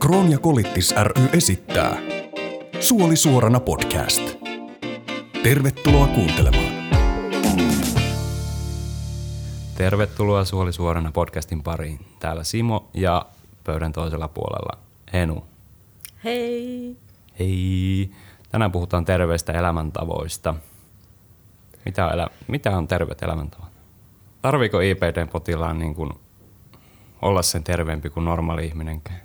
Kroon ja Kolittis ry esittää Suoli suorana podcast. Tervetuloa kuuntelemaan. Tervetuloa Suoli suorana podcastin pariin. Täällä Simo ja pöydän toisella puolella Henu. Hei! Hei! Tänään puhutaan terveistä elämäntavoista. Mitä on terveet elämäntavat? Tarviiko IBD-potilaan niin kuin olla sen terveempi kuin normaali ihminenkään?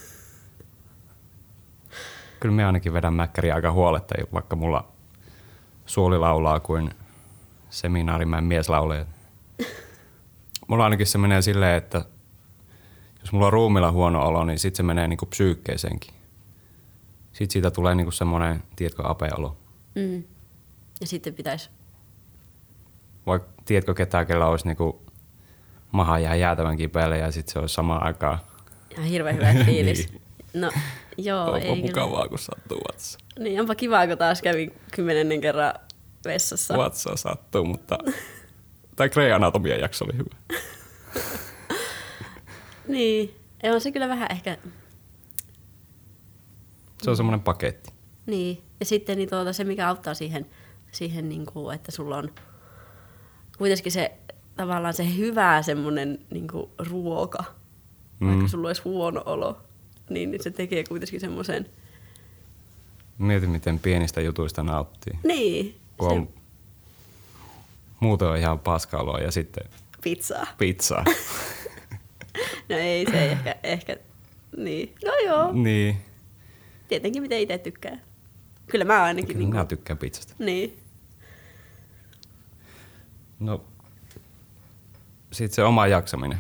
Kyllä me ainakin vedän mäkkäriä aika huoletta, vaikka mulla suoli laulaa kuin seminaarimäen mieslauleja. Mulla ainakin se menee silleen, että jos mulla on ruumilla huono olo, niin sit se menee niinku psyykkeeseenkin. Sit siitä tulee niinku semmoinen, tiedätkö, apeolo. Mm. Ja sitten pitäisi... Vai tiedätkö ketään, kellä olisi niinku maha jää jäätävän kipeälle ja sit se olisi samaan aikaan. Ihan hirveän hyvä fiilis. Niin. No joo, onpa ei mukavaa, kyllä. kun sattuu vatsa. Niin, onpa kivaa, kun taas kävin 10. kerran vessassa. Vatsa sattuu, mutta... Tai Grey Anatomian jakso oli hyvä. Niin, on se kyllä vähän ehkä... Se on semmoinen paketti. Niin, ja sitten niin se, mikä auttaa siihen niin kuin, että sulla on kuitenkin se tavallaan se hyvä semmoinen niin kuin ruoka, vaikka sulla olisi huono olo, niin se tekee kuitenkin semmoisen... Mieti, miten pienistä jutuista nauttii. Niin. Kun on muuten on ihan paska-oloa ja sitten pizzaa. No ei se ehkä niin. No joo. Niin. Tietenkin miten itse tykkää. Kyllä mä ainakin. Kyllä niin minä tykkään pizzasta. Niin. No, sitten se oma jaksaminen.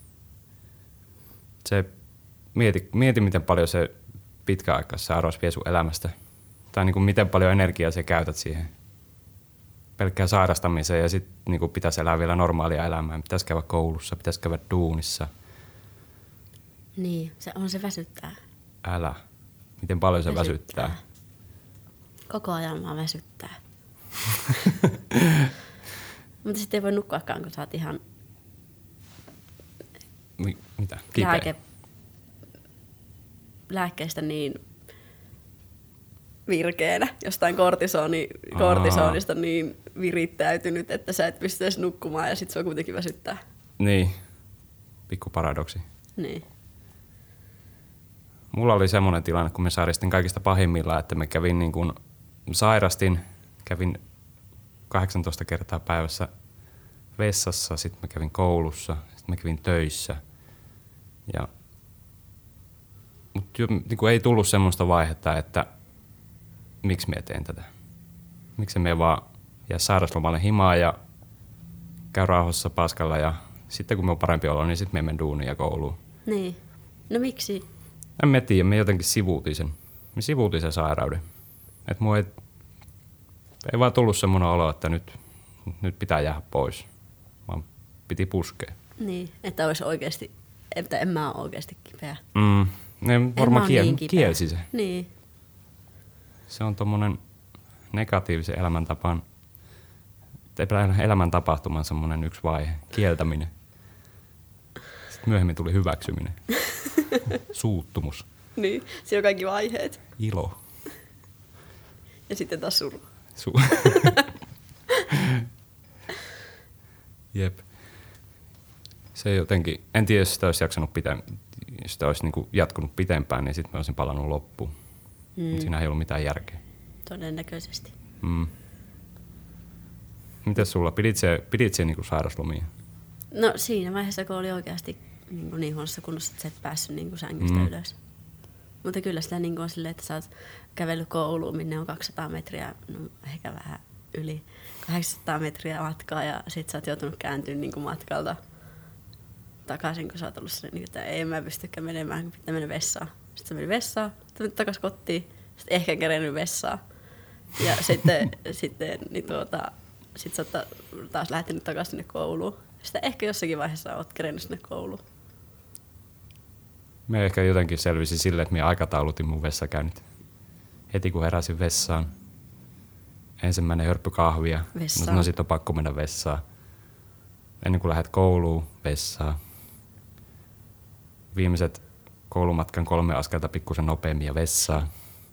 Se, mieti miten paljon se pitkäaikaissairaus vie sun elämästä. Tai niin kuin miten paljon energiaa sä käytät siihen pelkkään sairastamiseen ja sitten niin pitäisi elää vielä normaalia elämää. Pitäisi käydä koulussa, pitäisi käydä duunissa. Niin, se väsyttää. Älä. Miten paljon se väsyttää? Koko ajan vaan väsyttää. Mutta sitten ei voi nukkuakaan, kun sä oot ihan... Mitä? Kipeä? Lääkkeestä niin virkeänä, jostain kortisonista niin virittäytynyt, että sä et pysty edes nukkumaan ja sit se kuitenkin väsyttää. Niin, pikku paradoksi. Niin. Mulla oli semmoinen tilanne, kun me sairastin kaikista pahimmillaan, että me kävin 18 kertaa päivässä vessassa, sitten mä kävin koulussa, sitten mä kävin töissä. Mutta niin ei tullut semmoista vaihetta, että miksi mä teen tätä. Miksi me vaan jää sairauslomalle himaa ja käy rauhassa paskalla ja sitten kun me on parempi olo, niin sitten me menen duuniin ja kouluun. Niin. No miksi? En mä tiedä, me jotenkin sivuutin sen. Me sivuutin sen sairauden. Että mua ei vaan tullut semmoinen olo, että nyt pitää jäädä pois, vaan piti puskea. Niin, että olisi oikeasti, että en mä ole oikeasti kipeä. Ne varmaan kielsi se. Niin. Se on tommonen negatiivisen elämäntapaan, elämäntapahtuman semmonen yksi vaihe, kieltäminen. Sitten myöhemmin tuli hyväksyminen, suuttumus. Niin, siinä on kaikki vaiheet. Ilo. Ja sitten taas suru. Jep. Se jotenkin, en tiedä, jos sitä olisi jaksanut jos sitä olisi niinku jatkunut pitempään, niin sitten mä olisin palannut loppuun. Siinä ei ollut mitään järkeä. Todennäköisesti. Mites sulla? Pidit se niinku sairaslomia? No siinä vaiheessa, kun oli oikeasti niin huonossa kunnossa, että sä et päässyt niin sängystä ylös. Mutta kyllä sitä niin on silleen, että sä oot kävellyt kouluun, minne on 200 metriä, no ehkä vähän yli 800 metriä matkaa ja sit sä oot joutunut kääntyä niin matkalta takaisin, kun sä oot ollut sellainen, että ei mä pystykään menemään, kun pitää mennä vessaan. Sitten sä meni vessaan, sitten takaisin kotiin, sitten ehkä kerennyt vessaan. Ja sitten sit sä oot taas lähtenyt takaisin sinne kouluun. Sitten ehkä jossakin vaiheessa oot kerennyt sinne kouluun. Me ehkä jotenkin selvisin silleen, että minä aikataulutin mun vessakäynnit. Heti kun heräsin vessaan, ensimmäinen hörppy kahvia. No sit on pakko mennä vessaan. Ennen kuin lähdet kouluun, vessaan. Viimeiset koulumatkan 3 askelta pikkusen nopeammin ja vessaan.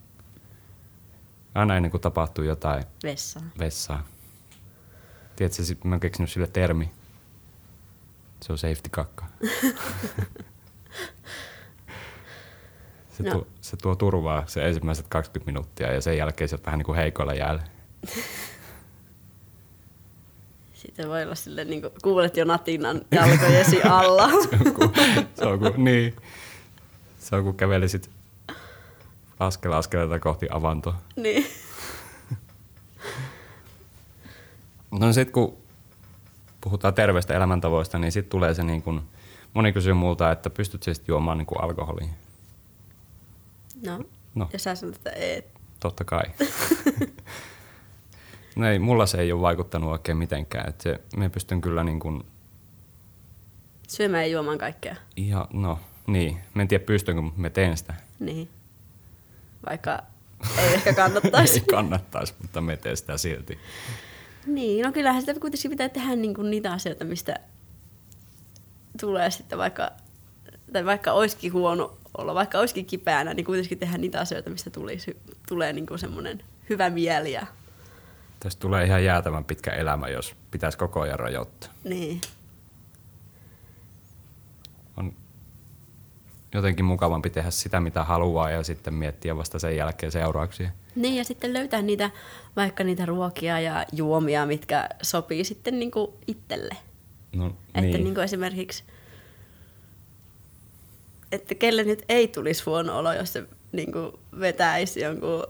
Aina ennen kuin tapahtuu jotain vessaa. Tiedätkö, sit mä oon keksinyt sille termi. Se on safety kakka. Se tuo turvaa se ensimmäiset 20 minuuttia ja sen jälkeen se on vähän niin kuin heikoilla jäällä. Sitten voi olla silleen, niin kuin kuulet jo natinan jalkojesi alla. Se on kun kävelisit askeleelta kohti avantoa. Niin. No sit kun puhutaan terveistä elämäntavoista, niin sit tulee se niin kuin, moni kysyy multa, että pystytkö sitten juomaan niin kuin alkoholia? No. Ja sä sanot, että ei. Totta kai. No ei, mulla se ei ole vaikuttanut oikein mitenkään. Että me pystyn kyllä niin kuin... syömään ja juomaan kaikkea. Ihan, no niin. Mä en tiedä pystynkö, mutta mä teen sitä. Niin. Vaikka ei ehkä kannattaisi. Ei kannattaisi, mutta mä teen sitä silti. Niin, no kyllähän sitä kuitenkin pitää tehdä niinku niitä asioita, mistä tulee sitten vaikka olisikin huono olla, vaikka olisikin kipeänä, niin kuitenkin tehdä niitä asioita, mistä tulee niinku semmoinen hyvä mieli. Tästä tulee ihan jäätävän pitkä elämä, jos pitäisi koko ajan rajoittaa. Niin. On jotenkin mukavampi tehdä sitä, mitä haluaa ja sitten miettiä vasta sen jälkeen seurauksia. Niin, ja sitten löytää vaikka niitä ruokia ja juomia, mitkä sopii sitten niinku itselle. No, että niin. niinku esimerkiksi, että kelle nyt ei tulisi huono olo, jos se niinku vetäisi jonkun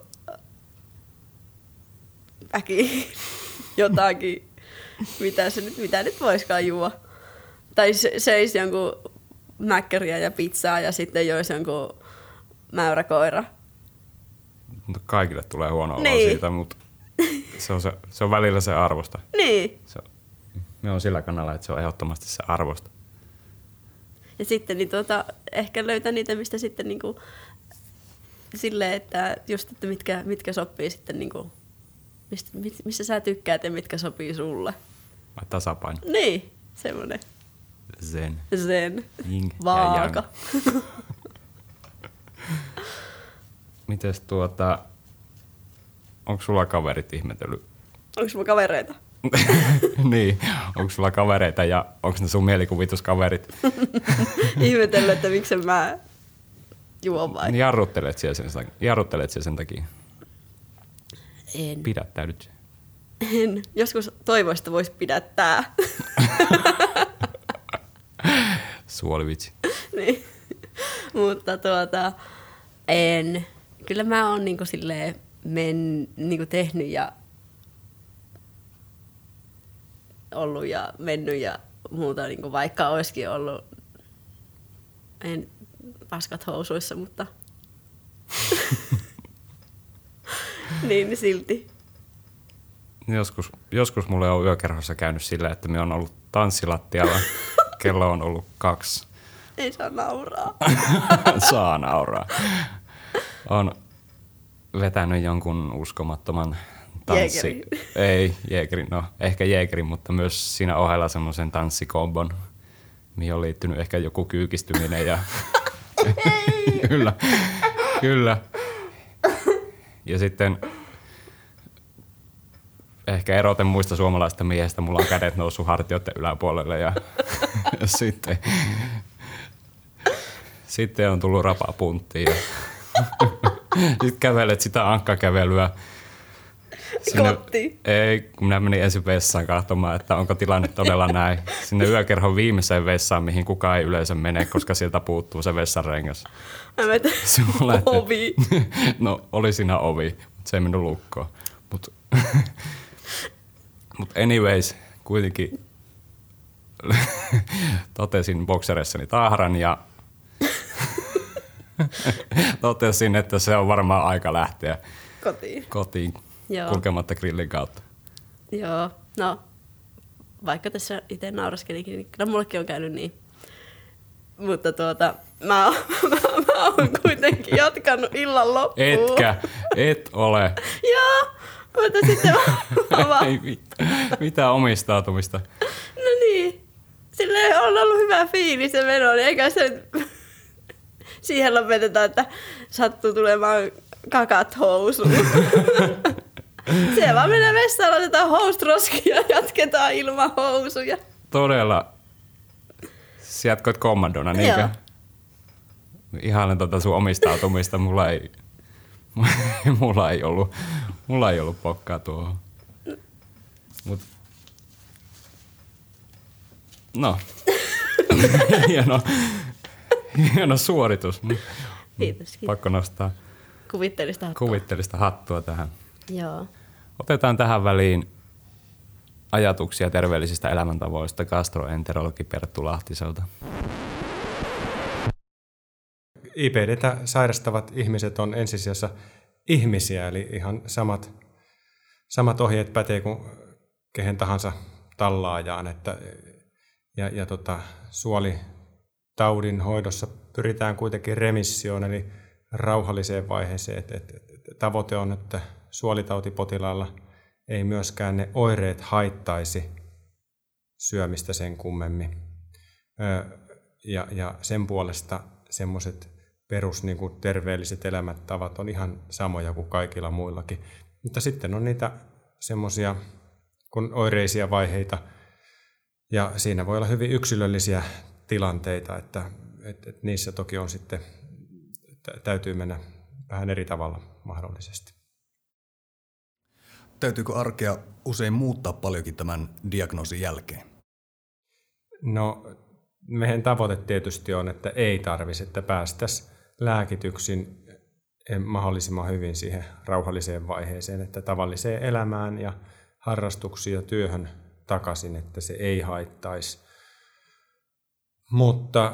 jotakin, mitä nyt voisikaan juo. Tai söisi jonkun mäkkäriä ja pizzaa ja sitten joisi jonkun mäyräkoira. Kaikille tulee huono olo niin. siitä, mutta se on välillä se arvosta. Niin. Me on sillä kannalla, että se on ehdottomasti se arvosta. Ja sitten niin ehkä löytää niitä, mistä sitten niinku, silleen, että just, että mitkä sopii sitten, niinku, missä sä tykkäät ja mitkä sopii sulle. Vai tasapaino. Niin, semmoinen. Zen. Yin Vaaka. Mites onko sulla kaverit ihmetellyt? Onko sulla kavereita? Niin, onko sulla kavereita ja onko ne sun mielikuvituskaverit? Ihmetellyt, että miksi mä juon vai? Jarruttelet siellä sen takia? En. Pidättäydyt. En. Joskus toivoista että voisi pidättää. Suolivitsi. Niin. Mutta en. Kyllä mä oon niinku silleen niinku tehnyt ja ollut ja mennyt ja muuta, niinku vaikka olisikin ollut en paskat housuissa, mutta niin silti. Joskus mulle on yökerhossa käynyt sillä, että me on ollut tanssilattialla. Kello on ollut 2. Ei saa nauraa. Saa nauraa. On vetänyt jonkun uskomattoman tanssi. Ei, Jägerin, no ehkä Jägerin, mutta myös siinä ohella semmoisen tanssikombon, mihin on liittynyt ehkä joku kyykistyminen ja Kyllä. Ja sitten ehkä eroten muista suomalaista miehistä, mulla on kädet noussut hartioiden yläpuolelle ja sitten on tullut rapapunttiin ja sitten kävelet sitä ankkakävelyä. Kotiin? Ei, kun minä menin ensin vessaan katsomaan, että onko tilanne todella näin. Sinne yökerhon viimeiseen vessaan, mihin kukaan ei yleensä mene, koska sieltä puuttuu se vessanrengas. Ovi. No, oli siinä ovi, mutta se ei mennyt lukkoon. Mut anyways, kuitenkin totesin bokseressani tahran ja totesin, että se on varmaan aika lähteä kotiin kulkematta grillin kautta. Joo, no vaikka tässä itse nauraskelikin, niin kyllä mullekin on käynyt niin. Mutta mä oon kuitenkin jatkanut illan loppuun. Et ole. Joo, mutta sitten mä Ei mitään omistautumista. No niin, silleen on ollut hyvä fiilis ja meno, niin eikä se siihen lopetetaan, että sattuu tulemaan kakat housuun. Siellä vaan menee vessaan, otetaan housut roskiin ja jatketaan ilman housuja. Todella. Sä jatkoit kommandona, niinkö? Ihailen sun omistautumista. Mulla ei ollut pokkaa tuohon. No. Hieno suoritus. Kiitos. Pakko nostaa kuvittelista hattua tähän. Joo. Otetaan tähän väliin ajatuksia terveellisistä elämäntavoista gastroenterologi Perttu Lahtiselta. IBD:tä sairastavat ihmiset on ensisijassa ihmisiä, eli ihan samat ohjeet pätee kuin kehen tahansa tallaajaan. Suolitaudin hoidossa pyritään kuitenkin remissioon, eli rauhalliseen vaiheeseen. Et tavoite on, että suolitautipotilaalla ei myöskään ne oireet haittaisi syömistä sen kummemmin. Ja sen puolesta semmoiset perus niin kuin terveelliset elämäntavat on ihan samoja kuin kaikilla muillakin. Mutta sitten on niitä semmoisia kuin oireisia vaiheita, ja siinä voi olla hyvin yksilöllisiä tilanteita, että niissä toki on sitten, täytyy mennä vähän eri tavalla mahdollisesti. Täytyykö arkea usein muuttaa paljonkin tämän diagnoosin jälkeen? No, meidän tavoite tietysti on, että ei tarvitsisi, että päästäisiin lääkityksin mahdollisimman hyvin siihen rauhalliseen vaiheeseen, että tavalliseen elämään ja harrastuksiin ja työhön takaisin, että se ei haittaisi. Mutta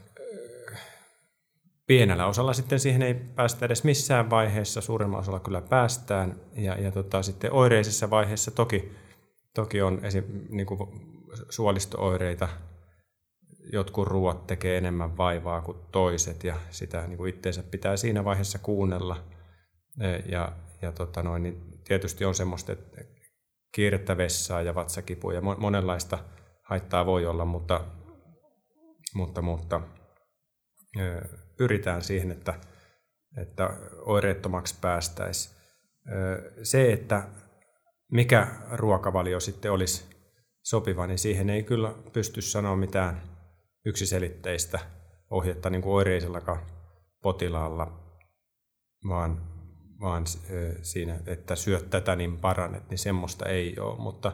pienellä osalla sitten siihen ei päästä edes missään vaiheessa, suuremmalla osalla kyllä päästään. Sitten oireisessa vaiheessa toki on niin kuin suolisto-oireita. Jotkut ruoat tekee enemmän vaivaa kuin toiset ja sitä niin kuin itseensä pitää siinä vaiheessa kuunnella. Niin tietysti on semmoista, että kiirettä vessaa ja vatsakipua ja monenlaista haittaa voi olla, mutta pyritään siihen, että oireettomaksi päästäisiin. Se, että mikä ruokavalio sitten olisi sopiva, niin siihen ei kyllä pysty sanoa mitään yksiselitteistä ohjetta niin kuin oireisellakaan potilaalla, vaan siinä, että syöt tätä niin parannet, niin semmoista ei ole, mutta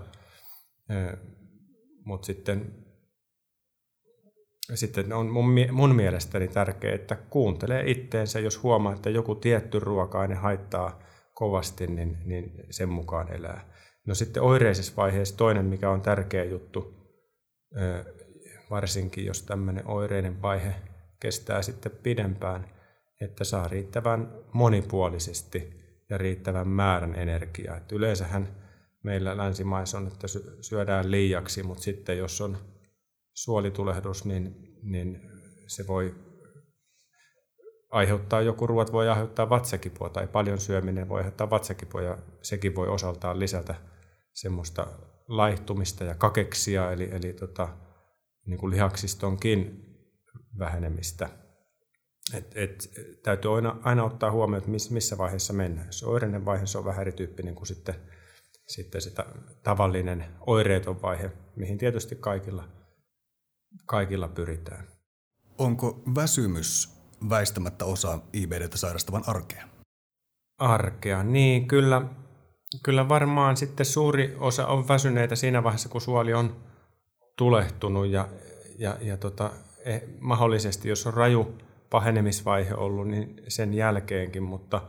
sitten on mun mielestäni tärkeää, että kuuntelee itteensä, jos huomaa, että joku tietty ruoka-aine haittaa kovasti, niin sen mukaan elää. No sitten oireisessa vaiheessa toinen, mikä on tärkeä juttu, varsinkin jos tämmöinen oireinen vaihe kestää sitten pidempään, että saa riittävän monipuolisesti ja riittävän määrän energiaa. Et yleensähän meillä länsimaissa on, että syödään liiaksi, mutta sitten jos on suolitulehdus, niin se voi aiheuttaa, joku ruoat voi aiheuttaa vatsakipua tai paljon syöminen voi aiheuttaa vatsakipua ja sekin voi osaltaan lisätä semmoista laihtumista ja kakeksia eli niin kuin lihaksistonkin vähenemistä. Täytyy aina ottaa huomioon, että missä vaiheessa mennään. Jos oireinen vaihe, se on vähän erityyppinen kuin sitten se tavallinen oireeton vaihe, mihin tietysti kaikilla pyritään. Onko väsymys väistämättä osa IBD:tä sairastavan arkea? Arkea, niin kyllä varmaan sitten suuri osa on väsyneitä siinä vaiheessa, kun suoli on tulehtunut ja mahdollisesti, jos on raju pahenemisvaihe ollut, niin sen jälkeenkin, mutta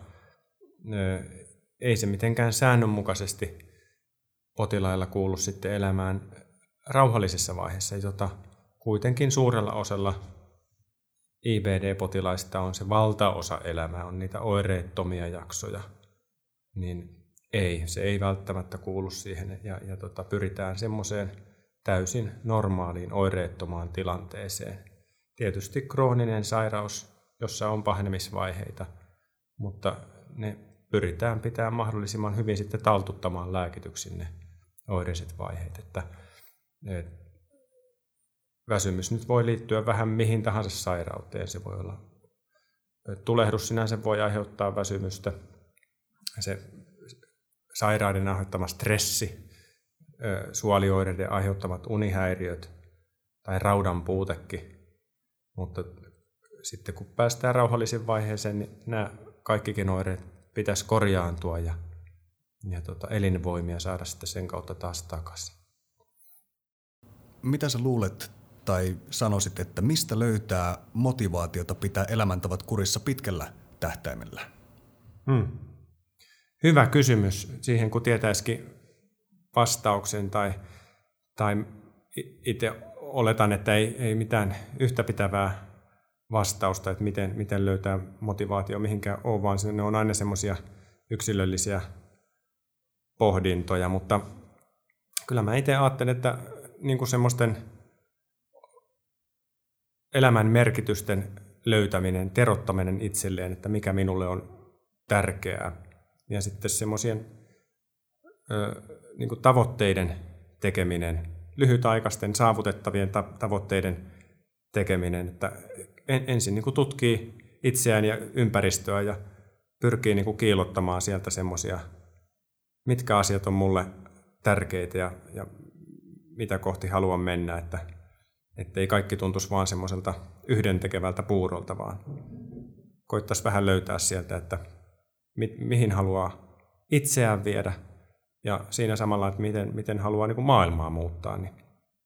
ei se mitenkään säännönmukaisesti potilailla kuulu sitten elämään rauhallisessa vaiheessa, jota kuitenkin suurella osalla IBD-potilaista on se valtaosa elämää, on niitä oireettomia jaksoja, niin se ei välttämättä kuulu siihen ja pyritään semmoiseen täysin normaaliin oireettomaan tilanteeseen. Tietysti krooninen sairaus, jossa on pahenemisvaiheita, mutta ne pyritään pitämään mahdollisimman hyvin sitten taltuttamaan lääkityksin ne oireiset vaiheet. Että väsymys nyt voi liittyä vähän mihin tahansa sairauteen. Se voi olla Tulehdus sinänsä voi aiheuttaa väsymystä. Se sairauden aiheuttama stressi, suolioireiden aiheuttamat unihäiriöt tai raudan puutekin. Mutta sitten kun päästään rauhallisin vaiheeseen, niin nämä kaikkikin oireet pitäisi korjaantua ja elinvoimia saada sitten sen kautta taas takaisin. Mitä sä luulet tai sanoisit, että mistä löytää motivaatiota pitää elämäntavat kurissa pitkällä tähtäimellä? Hyvä kysymys. Siihen kun tietäisikin vastauksen tai itse oletan, että ei mitään yhtäpitävää vastausta, että miten löytää motivaatio mihinkään ole, vaan ne on aina semmoisia yksilöllisiä pohdintoja, mutta kyllä mä itse ajattelen, että niin kuin semmoisten elämän merkitysten löytäminen, terottaminen itselleen, että mikä minulle on tärkeää, ja sitten semmoisien niin kuin tavoitteiden tekeminen, lyhytaikaisten saavutettavien tavoitteiden tekeminen, että ensin niin kuin tutkii itseään ja ympäristöä ja pyrkii niin kuin kiillottamaan sieltä semmoisia, mitkä asiat on mulle tärkeitä ja mitä kohti haluan mennä, että ei kaikki tuntuisi vaan semmoiselta yhdentekevältä puurolta, vaan koittaisi vähän löytää sieltä, että mihin haluaa itseään viedä ja siinä samalla, että miten haluaa niin kuin maailmaa muuttaa, niin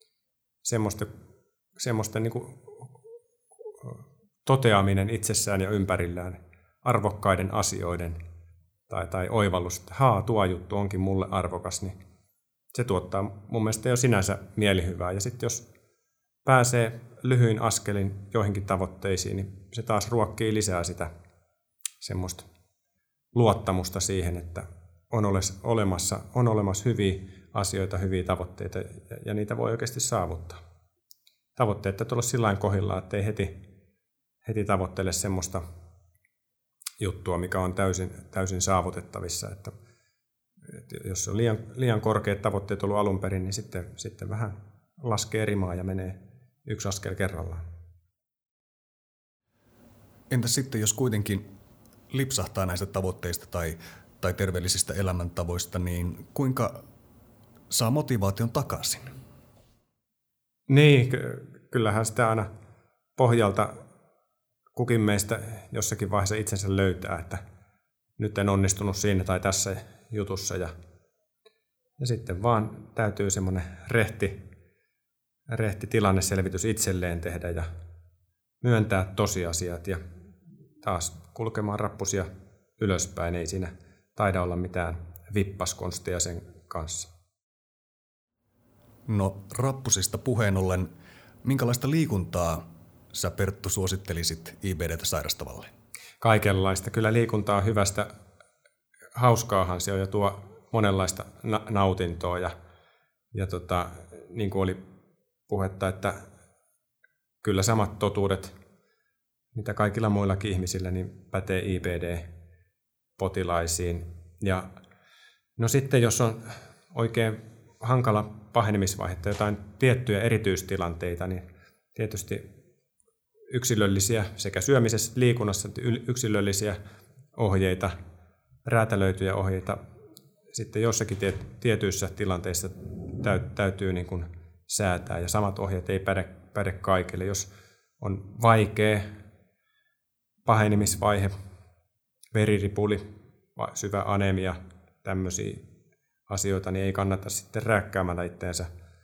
semmoista niin kuin toteaminen itsessään ja ympärillään arvokkaiden asioiden tai oivallus, että tuo juttu onkin mulle arvokas, niin se tuottaa mun mielestä jo sinänsä mielihyvää. Ja sitten jos pääsee lyhyin askelin joihinkin tavoitteisiin, niin se taas ruokkii lisää sitä semmoista luottamusta siihen, että on olemassa hyviä asioita, hyviä tavoitteita ja niitä voi oikeasti saavuttaa. Tavoitteet täytyy olla sillain kohdillaan, ettei heti tavoittele semmoista juttua, mikä on täysin saavutettavissa. Että jos on liian korkeat tavoitteet ollut alun perin, niin sitten vähän laskee rimaa ja menee yksi askel kerrallaan. Entä sitten, jos kuitenkin lipsahtaa näistä tavoitteista tai terveellisistä elämäntavoista, niin kuinka saa motivaation takaisin? Niin, kyllähän sitä aina pohjalta kukin meistä jossakin vaiheessa itsensä löytää, että nyt en onnistunut siinä tai tässä jutussa. Ja sitten vaan täytyy semmoinen rehti tilanneselvitys itselleen tehdä ja myöntää tosiasiat ja taas kulkemaan rappusia ylöspäin. Ei siinä taida olla mitään vippaskonstia sen kanssa. No rappusista puheen ollen, minkälaista liikuntaa sä Perttu suosittelisit IBD:tä sairastavalle? Kaikenlaista. Kyllä liikunta on hyvästä. Hauskaahan se on ja tuo monenlaista nautintoa. Ja niin kuin oli puhetta, että kyllä samat totuudet, mitä kaikilla muillakin ihmisillä, niin pätee IBD-potilaisiin. Ja no sitten jos on oikein hankala pahenemisvaihetta, jotain tiettyjä erityistilanteita, niin tietysti yksilöllisiä sekä syömisessä, liikunnassa että yksilöllisiä ohjeita, räätälöityjä ohjeita. Sitten jossakin tietyissä tilanteissa täytyy niin kuin säätää ja samat ohjeet ei päde kaikille. Jos on vaikea pahenemisvaihe, veriripuli, syvä anemia, tämmöisiä asioita, niin ei kannata sitten rääkkäämällä itteensä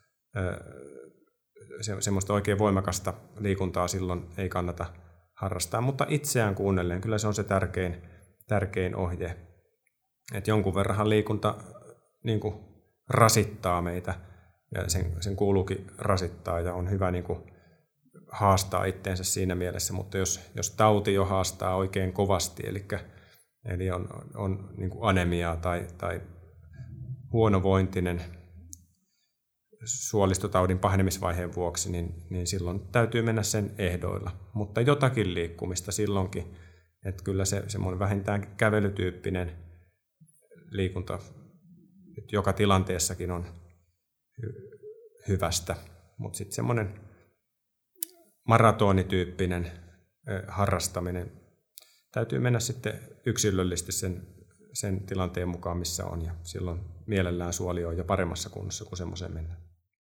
semmoista oikein voimakasta liikuntaa silloin ei kannata harrastaa, mutta itseään kuunnellen kyllä se on se tärkein ohje. Että jonkun verran liikunta niin kuin rasittaa meitä ja sen kuuluukin rasittaa ja on hyvä niin kuin haastaa itteensä siinä mielessä, mutta jos tauti jo haastaa oikein kovasti, eli on niin kuin anemiaa tai huonovointinen suolistotaudin pahenemisvaiheen vuoksi, niin silloin täytyy mennä sen ehdoilla. Mutta jotakin liikkumista silloinkin, että kyllä se semmoinen vähintään kävelytyyppinen liikunta nyt joka tilanteessakin on hyvästä, mutta sitten semmoinen maratonityyppinen harrastaminen täytyy mennä sitten yksilöllisesti sen tilanteen mukaan, missä on, ja silloin mielellään suoli on jo paremmassa kunnossa, kun semmoiseen mennään.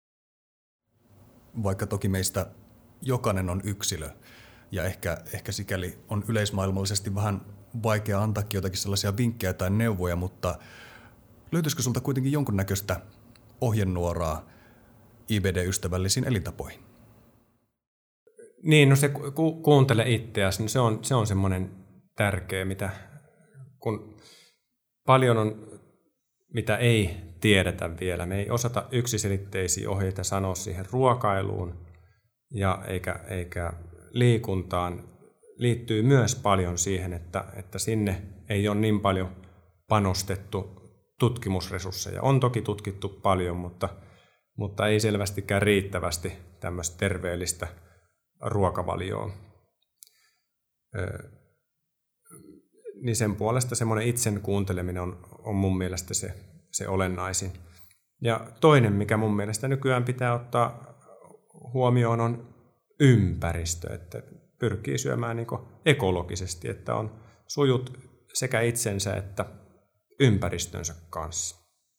Vaikka toki meistä jokainen on yksilö, ja ehkä sikäli on yleismaailmallisesti vähän vaikea antaakin jotakin sellaisia vinkkejä tai neuvoja, mutta löytyisikö sulta kuitenkin jonkunnäköistä ohjenuoraa IBD-ystävällisiin elintapoihin? Niin, no se kuuntele itseäsi, niin se on semmoinen tärkeä, kun paljon on, mitä ei tiedetä vielä. Me ei osata yksiselitteisiä ohjeita sanoa siihen ruokailuun ja eikä liikuntaan. Liittyy myös paljon siihen, että sinne ei ole niin paljon panostettu tutkimusresursseja. On toki tutkittu paljon, mutta ei selvästikään riittävästi tämmöistä terveellistä ruokavalioon. Niin sen puolesta semmoinen itsen kuunteleminen on mun mielestä se olennaisin. Ja toinen, mikä mun mielestä nykyään pitää ottaa huomioon, on ympäristö. Että pyrkii syömään niin kuin ekologisesti, että on sujut sekä itsensä että ympäristönsä kanssa.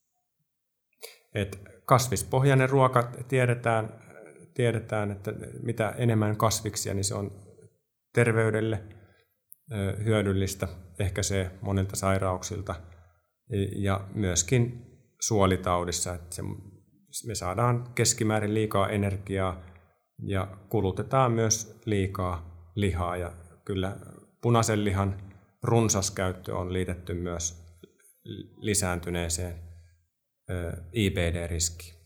Et kasvispohjainen ruoka tiedetään, että mitä enemmän kasviksia, niin se on terveydelle hyödyllistä, ehkäisee monilta sairauksilta ja myöskin suolitaudissa, että me saadaan keskimäärin liikaa energiaa ja kulutetaan myös liikaa lihaa, ja kyllä punaisen lihan runsas käyttö on liitetty myös lisääntyneeseen IBD-riskiin.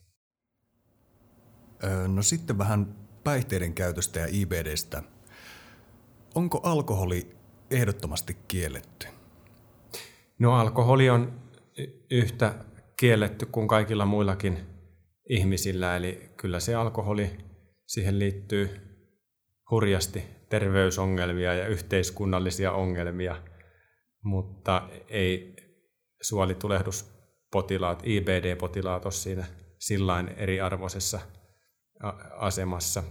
No sitten vähän päihteiden käytöstä ja IBDstä. Onko alkoholi ehdottomasti kielletty? No alkoholi on yhtä kielletty kuin kaikilla muillakin ihmisillä, eli kyllä se alkoholi, siihen liittyy hurjasti terveysongelmia ja yhteiskunnallisia ongelmia, mutta ei suolitulehduspotilaat, IBD-potilaat ole siinä sillain eriarvoisessa asemassa.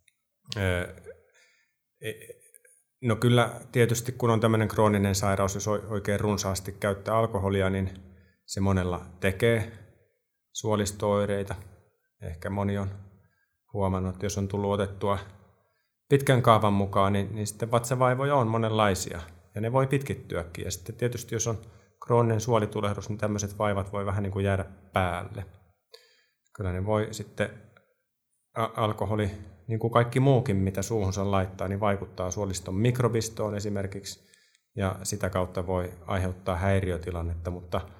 No kyllä tietysti kun on tämmöinen krooninen sairaus, jos oikein runsaasti käyttää alkoholia, niin se monella tekee suolisto-oireita. Ehkä moni on huomannut, että jos on tullut otettua pitkän kaavan mukaan, niin sitten vatsavaivoja on monenlaisia ja ne voi pitkittyäkin. Ja sitten tietysti jos on krooninen suolitulehdus, niin tämmöiset vaivat voi vähän niin kuin jäädä päälle. Kyllä ne voi sitten alkoholi, niin kuin kaikki muukin, mitä suuhunsa laittaa, niin vaikuttaa suoliston mikrobistoon esimerkiksi, ja sitä kautta voi aiheuttaa häiriötilannetta,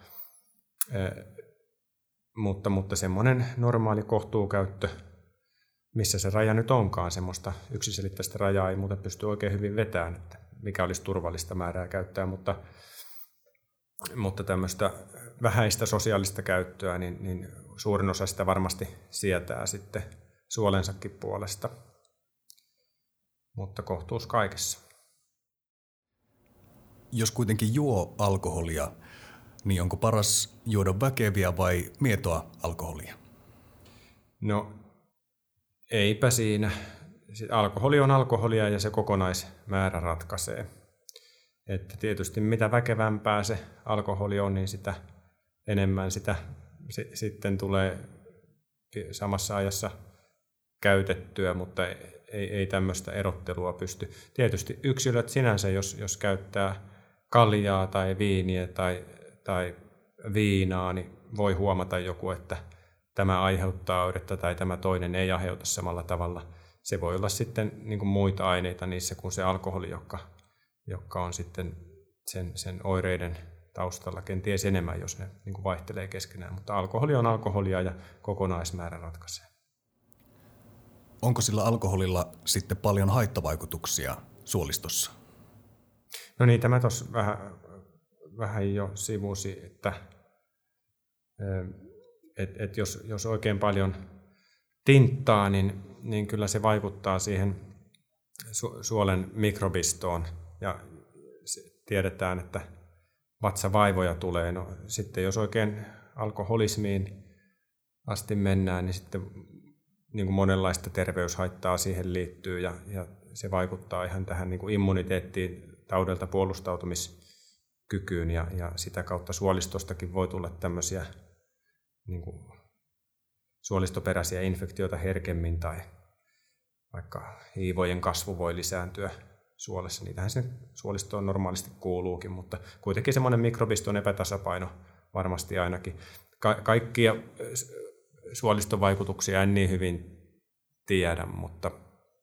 mutta semmoinen normaali kohtuukäyttö, missä se raja nyt onkaan, semmoista yksiselitteistä rajaa ei muuten pysty oikein hyvin vetämään, että mikä olisi turvallista määrää käyttää, mutta tämmöistä vähäistä sosiaalista käyttöä, niin suurin osa sitä varmasti sietää sitten suolensakin puolesta, mutta kohtuus kaikessa. Jos kuitenkin juo alkoholia, niin onko paras juoda väkeviä vai mietoa alkoholia? No eipä siinä. Alkoholi on alkoholia ja se kokonaismäärä ratkaisee. Että tietysti mitä väkevämpää se alkoholi on, niin sitä enemmän sitä sitten tulee samassa ajassa käytettyä, mutta ei tämmöistä erottelua pysty. Tietysti yksilöt sinänsä, jos käyttää kaljaa tai viiniä tai viinaa, niin voi huomata joku, että tämä aiheuttaa oiretta tai tämä toinen ei aiheuta samalla tavalla. Se voi olla sitten niin kuin muita aineita niissä kuin se alkoholi, joka on sitten sen oireiden taustalla kenties enemmän, jos ne niin kuin vaihtelee keskenään. Mutta alkoholi on alkoholia ja kokonaismäärä ratkaisee. Onko sillä alkoholilla sitten paljon haittavaikutuksia suolistossa? No niin, tämä tuossa vähän jo sivusi, että jos oikein paljon tinttaa, niin kyllä se vaikuttaa siihen suolen mikrobistoon. Ja tiedetään, että vatsavaivoja tulee. No, sitten jos oikein alkoholismiin asti mennään, niin sitten niin kuin monenlaista terveyshaittaa siihen liittyy ja se vaikuttaa ihan tähän niin kuin immuniteettiin taudelta puolustautumiskykyyn ja sitä kautta suolistostakin voi tulla tämmöisiä niin kuin suolistoperäisiä infektioita herkemmin tai vaikka hiivojen kasvu voi lisääntyä suolessa. Niitähän se suolistoon normaalisti kuuluukin, mutta kuitenkin semmoinen mikrobiston epätasapaino varmasti ainakin. Kaikkia suolistovaikutuksia en niin hyvin tiedä, mutta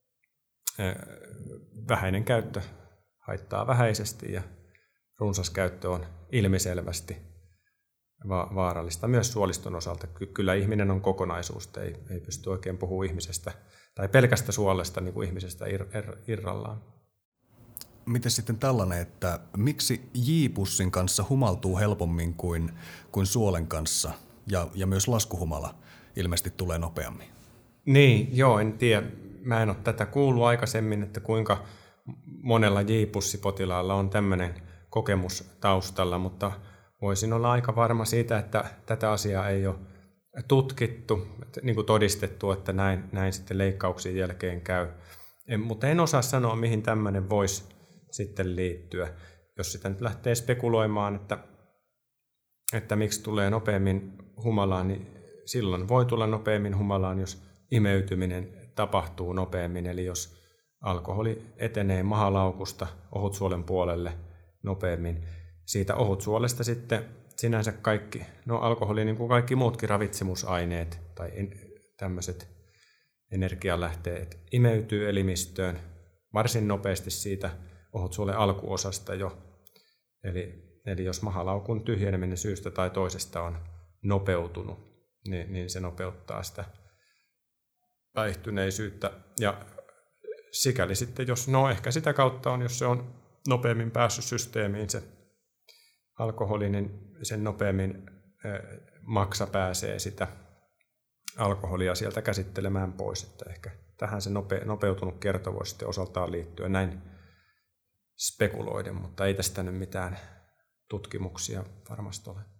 vähäinen käyttö haittaa vähäisesti ja runsas käyttö on ilmiselvästi vaarallista myös suoliston osalta. Kyllä ihminen on kokonaisuus, ei pysty oikein puhumaan ihmisestä tai pelkästä suolesta niin kuin ihmisestä irrallaan. Miten sitten tällainen, että miksi J-pussin kanssa humaltuu helpommin kuin suolen kanssa ja myös laskuhumala ilmeisesti tulee nopeammin? Niin, joo, en tiedä. Mä en ole tätä kuullut aikaisemmin, että kuinka monella J-pussipotilaalla on tämmöinen kokemus taustalla, mutta voisin olla aika varma siitä, että tätä asiaa ei ole tutkittu, niin kuin todistettu, että näin sitten leikkauksien jälkeen käy. Mutta en osaa sanoa, mihin tämmöinen voisi sitten liittyä. Jos sitä nyt lähtee spekuloimaan, että miksi tulee nopeammin humalaan, niin silloin voi tulla nopeammin humalaan, jos imeytyminen tapahtuu nopeammin. Eli jos alkoholi etenee mahalaukusta ohutsuolen puolelle nopeammin, siitä ohutsuolesta sitten sinänsä kaikki, alkoholi niin kuin kaikki muutkin ravitsemusaineet tai tämmöiset energialähteet imeytyy elimistöön varsin nopeasti siitä ohutsuolen alkuosasta jo. Eli jos mahalaukun tyhjeneminen syystä tai toisesta on nopeutunut, niin se nopeuttaa sitä päihtyneisyyttä. Ja sikäli sitten, ehkä sitä kautta on, jos se on nopeammin päässyt systeemiin se alkoholi, niin sen nopeammin maksa pääsee sitä alkoholia sieltä käsittelemään pois. Että ehkä tähän se nopeutunut kierto voi sitten osaltaan liittyä näin spekuloiden, mutta ei tästä nyt mitään tutkimuksia varmasti ole.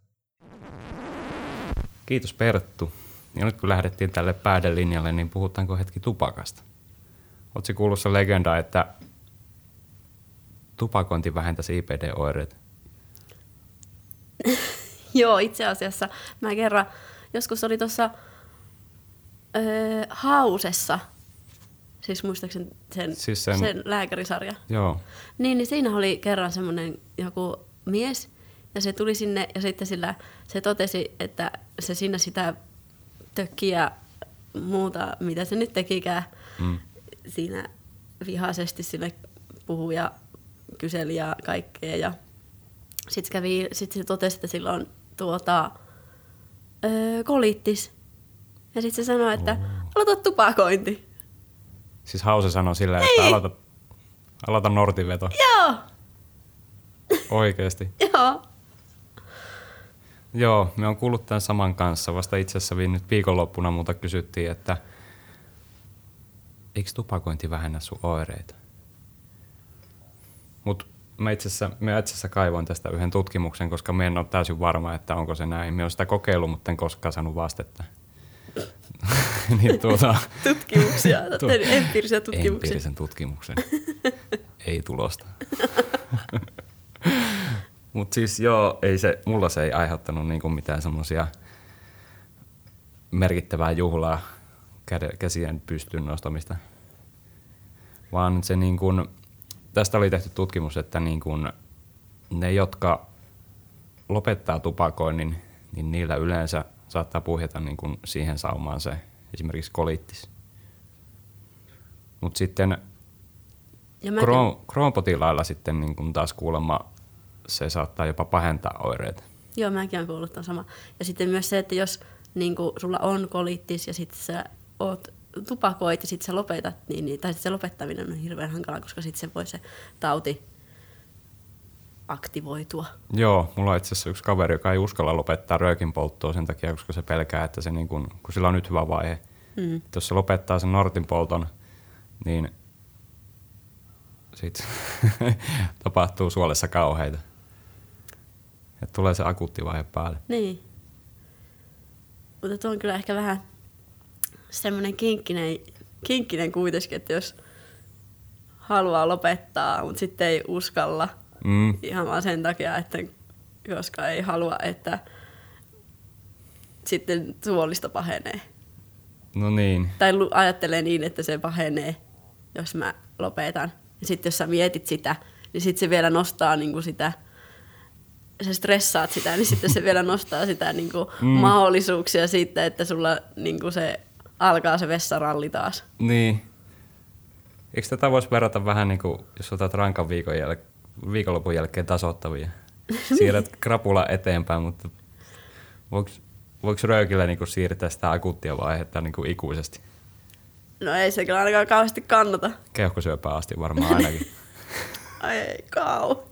Kiitos Perttu. Ja nyt kun lähdettiin tälle päädelinjalle, niin puhutaanko hetki tupakasta? Oletko kuullut se legenda, että tupakointi vähentäisi IBD-oireita? Joo, itse asiassa mä kerran, joskus oli tuossa Hausessa, siis muistaakseni sen lääkärisarja. Joo. Niin siinä oli kerran semmoinen joku mies, ja se tuli sinne, ja sitten se totesi, että se siinä sitä tökkiä muuta, mitä se nyt tekikään, siinä vihaisesti sille puhui ja kyseli ja kaikkea, ja sitten se totesi, että sillä on kolittis. Ja sitten se sanoi, että aloita tupakointi. Siis Hause sanoi sillä, että aloita nortinveto. Joo. Oikeesti? Joo. Joo, me on kuullut tämän saman kanssa. Vasta itse asiassa nyt viikonloppuna multa kysyttiin, että eikö tupakointi vähennä sun oireita? Mutta mä itse asiassa kaivoin tästä yhden tutkimuksen, koska mä en ole täysin varma, että onko se näin. Mä oon sitä kokeillut, mutta en koskaan saanut vastetta. Niin Tutkimuksia, empiirisiä tutkimuksia. Empiirisen tutkimuksen. Ei tulosta. Mutta siis joo, mulla se ei aiheuttanut niinku mitään semmoisia merkittävää juhlaa käsien pystyyn nostamista. Vaan se niin kuin, tästä oli tehty tutkimus, että niin kuin ne, jotka lopettaa tupakoinnin, niin niillä yleensä saattaa puhjeta niin kuin siihen saumaan se esimerkiksi kolittis. Mutta sitten Crohn-potilailla sitten niin kuin taas kuulemma se saattaa jopa pahentaa oireita. Joo, mäkin olen kuullut tämän sama. Ja sitten myös se, että jos niin kuin sulla on kolittis ja sitten sä tupakoit ja sitten sä lopetat, tai sitten se lopettaminen on hirveän hankala, koska sitten se voi se tauti aktivoitua. Joo, mulla on itse asiassa yksi kaveri, joka ei uskalla lopettaa röökin polttoa sen takia, koska se pelkää, että se niin kun sillä on nyt hyvä vaihe. Että jos se lopettaa sen nortin polton, niin sitten tapahtuu suolessa kauheita. Että tulee se akuutti vaihe päälle. Niin. Mutta tuo on kyllä ehkä vähän semmoinen kinkkinen kuitenkin, että jos haluaa lopettaa, mutta sitten ei uskalla. Ihan vaan sen takia, että koska ei halua, että sitten suolisto pahenee. No niin. Tai ajattelee niin, että se pahenee, jos mä lopetan. Ja sitten jos sä mietit sitä, niin sitten se vielä nostaa niinku sitä, sä stressaat sitä, niin sitten se vielä nostaa sitä niinku mahdollisuuksia siitä, että sulla niinku se alkaa se vessaralli taas. Niin. Eikö tätä voisi verrata vähän niin kuin, jos otat rankan viikonlopun jälkeen tasoittavia? Siirrät krapula eteenpäin, mutta voiko röökillä niin kuin siirtää sitä akuuttia vaihetta niin kuin ikuisesti? No ei se kyllä ainakaan kauheasti kannata. Keuhkosyöpää asti varmaan ainakin. Ai ei kauhean.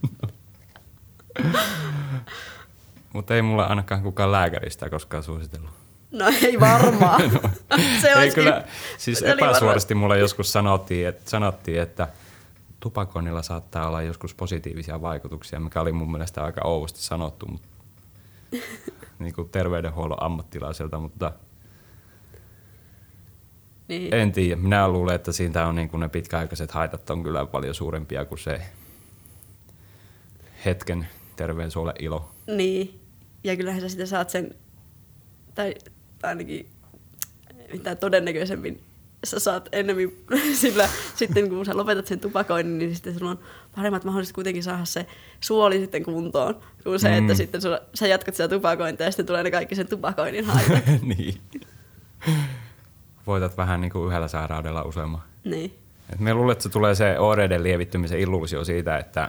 Mutta ei mulla ainakaan kukaan lääkäristä koskaan suositellut. No ei varmaan. Se ei olisi kyllä, siis epäsuorasti mulle joskus sanottiin, että tupakoinnilla saattaa olla joskus positiivisia vaikutuksia, mikä oli mun mielestä aika ouvosti sanottu, mutta niin kuin terveydenhuollon ammattilaiselta, mutta niin. En tiedä. Minä luulen, että siitä on niin kuin ne pitkäaikaiset haitat on kyllä paljon suurempia kuin se hetken terveen suolen ilo. Niin, ja kyllähän sä sitten saat sen, tai ainakin mitä todennäköisemmin sä saat ennemmin sillä sitten kun sä lopetat sen tupakoinnin, niin sitten sulla on paremmat mahdollisuudet kuitenkin saada se suoli sitten kuntoon, kuin se, että sitten sä jatkat sitä tupakointia ja sitten tulee ne kaikki sen tupakoinnin haitat. Niin. Voitat vähän niin kuin yhdellä sairaudella useamman. Niin. Et me luulen, että se tulee se oireiden lievittymisen illuusio siitä, että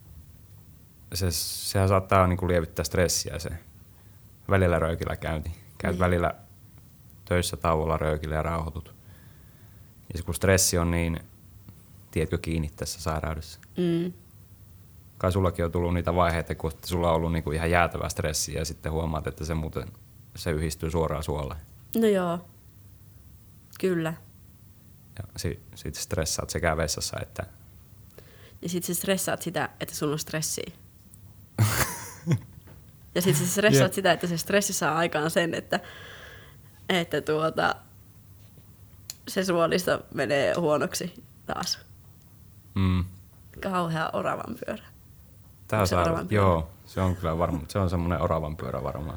sehän saattaa niin kuin lievittää stressiä se välillä röökillä käynti. Käyt välillä töissä tauolla röökillä ja rauhoitut. Ja kun stressi on niin, tiedätkö, kiinni tässä sairaudessa. Kai sullakin on tullut niitä vaiheita, kun sulla on ollut niin kuin ihan jäätävää stressiä ja sitten huomaat, että se yhdistyy suoraan suolle. No joo, kyllä. Ja sit stressaat sekä vessassa että... Ja sit sä stressaat sitä, että sulla on stressiä. Ja sit sä stressaat sitä, että se stressi saa aikaan sen, että se suolisto menee huonoksi taas. Kauhea oravan pyörä. Joo, se on kyllä varmaan. Se on semmoinen oravan pyörä varmaan.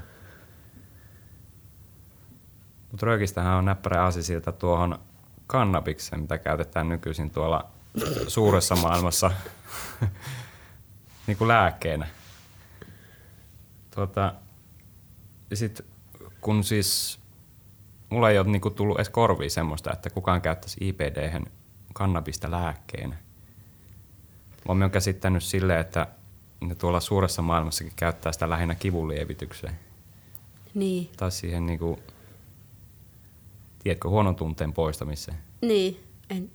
Mutta röökistähän on näppärä aasisilta tuohon kannabikseen, mitä käytetään nykyisin tuolla suuressa maailmassa niin kuin lääkkeenä. Ja sit kun siis mulla ei ole niinku tullut edes korviin semmoista, että kukaan käyttäisi IBD:hen kannabista lääkkeenä. Mä oon käsittänyt silleen, että ne tuolla suuressa maailmassakin käyttää sitä lähinnä kivunlievitykseen. Niin. Tai siihen niinku, tiedätkö, huonon tunteen poistamiseen. Niin,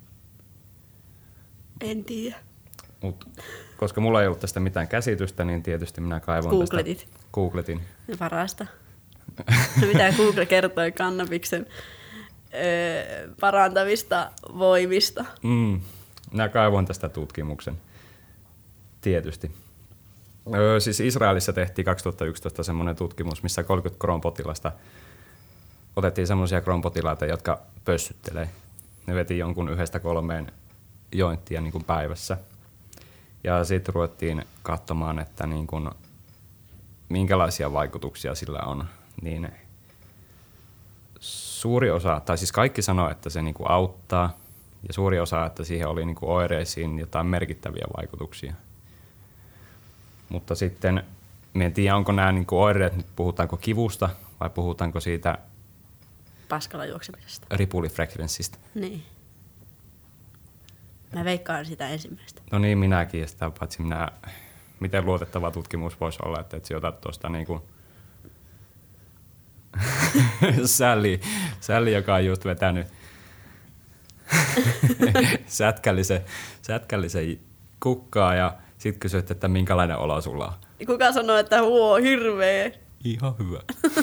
en tiedä. Mut, koska mulla ei ollut tästä mitään käsitystä, niin tietysti minä kaivoin tästä. Googletin. Parasta. Mitä Google kertoi kannabiksen parantavista voimista? Minä kaivoin tästä tutkimuksen. Tietysti. Siis Israelissa tehtiin 2011 semmoinen tutkimus, missä 30 Crohn-potilasta otettiin semmoisia Crohn-potilaita, jotka pössyttelee. Ne veti jonkun 1-3 jointtia niin kuin päivässä. Ja sitten ruvettiin katsomaan, että niin kuin, minkälaisia vaikutuksia sillä on. Niin suuri osa, tai siis kaikki sanoo, että se niin kuin auttaa. Ja suuri osa, että siihen oli niin kuin oireisiin jotain merkittäviä vaikutuksia. Mutta sitten, en tiedä, onko nämä niin kuin oireet, puhutaanko kivusta vai puhutaanko siitä paskalla juoksemisesta. Ripulifrekvenssistä. Niin. Mä veikkaan sitä ensimmäistä. No niin, minäkin. Ja sitä paitsi miten luotettava tutkimus voisi olla, että et otat tuosta niinku Sälli, joka on just vetänyt sätkällisen kukkaa ja sit kysyt, että minkälainen olo sulla on. Kuka sanoo, että huo, hirveä? Ihan hyvä.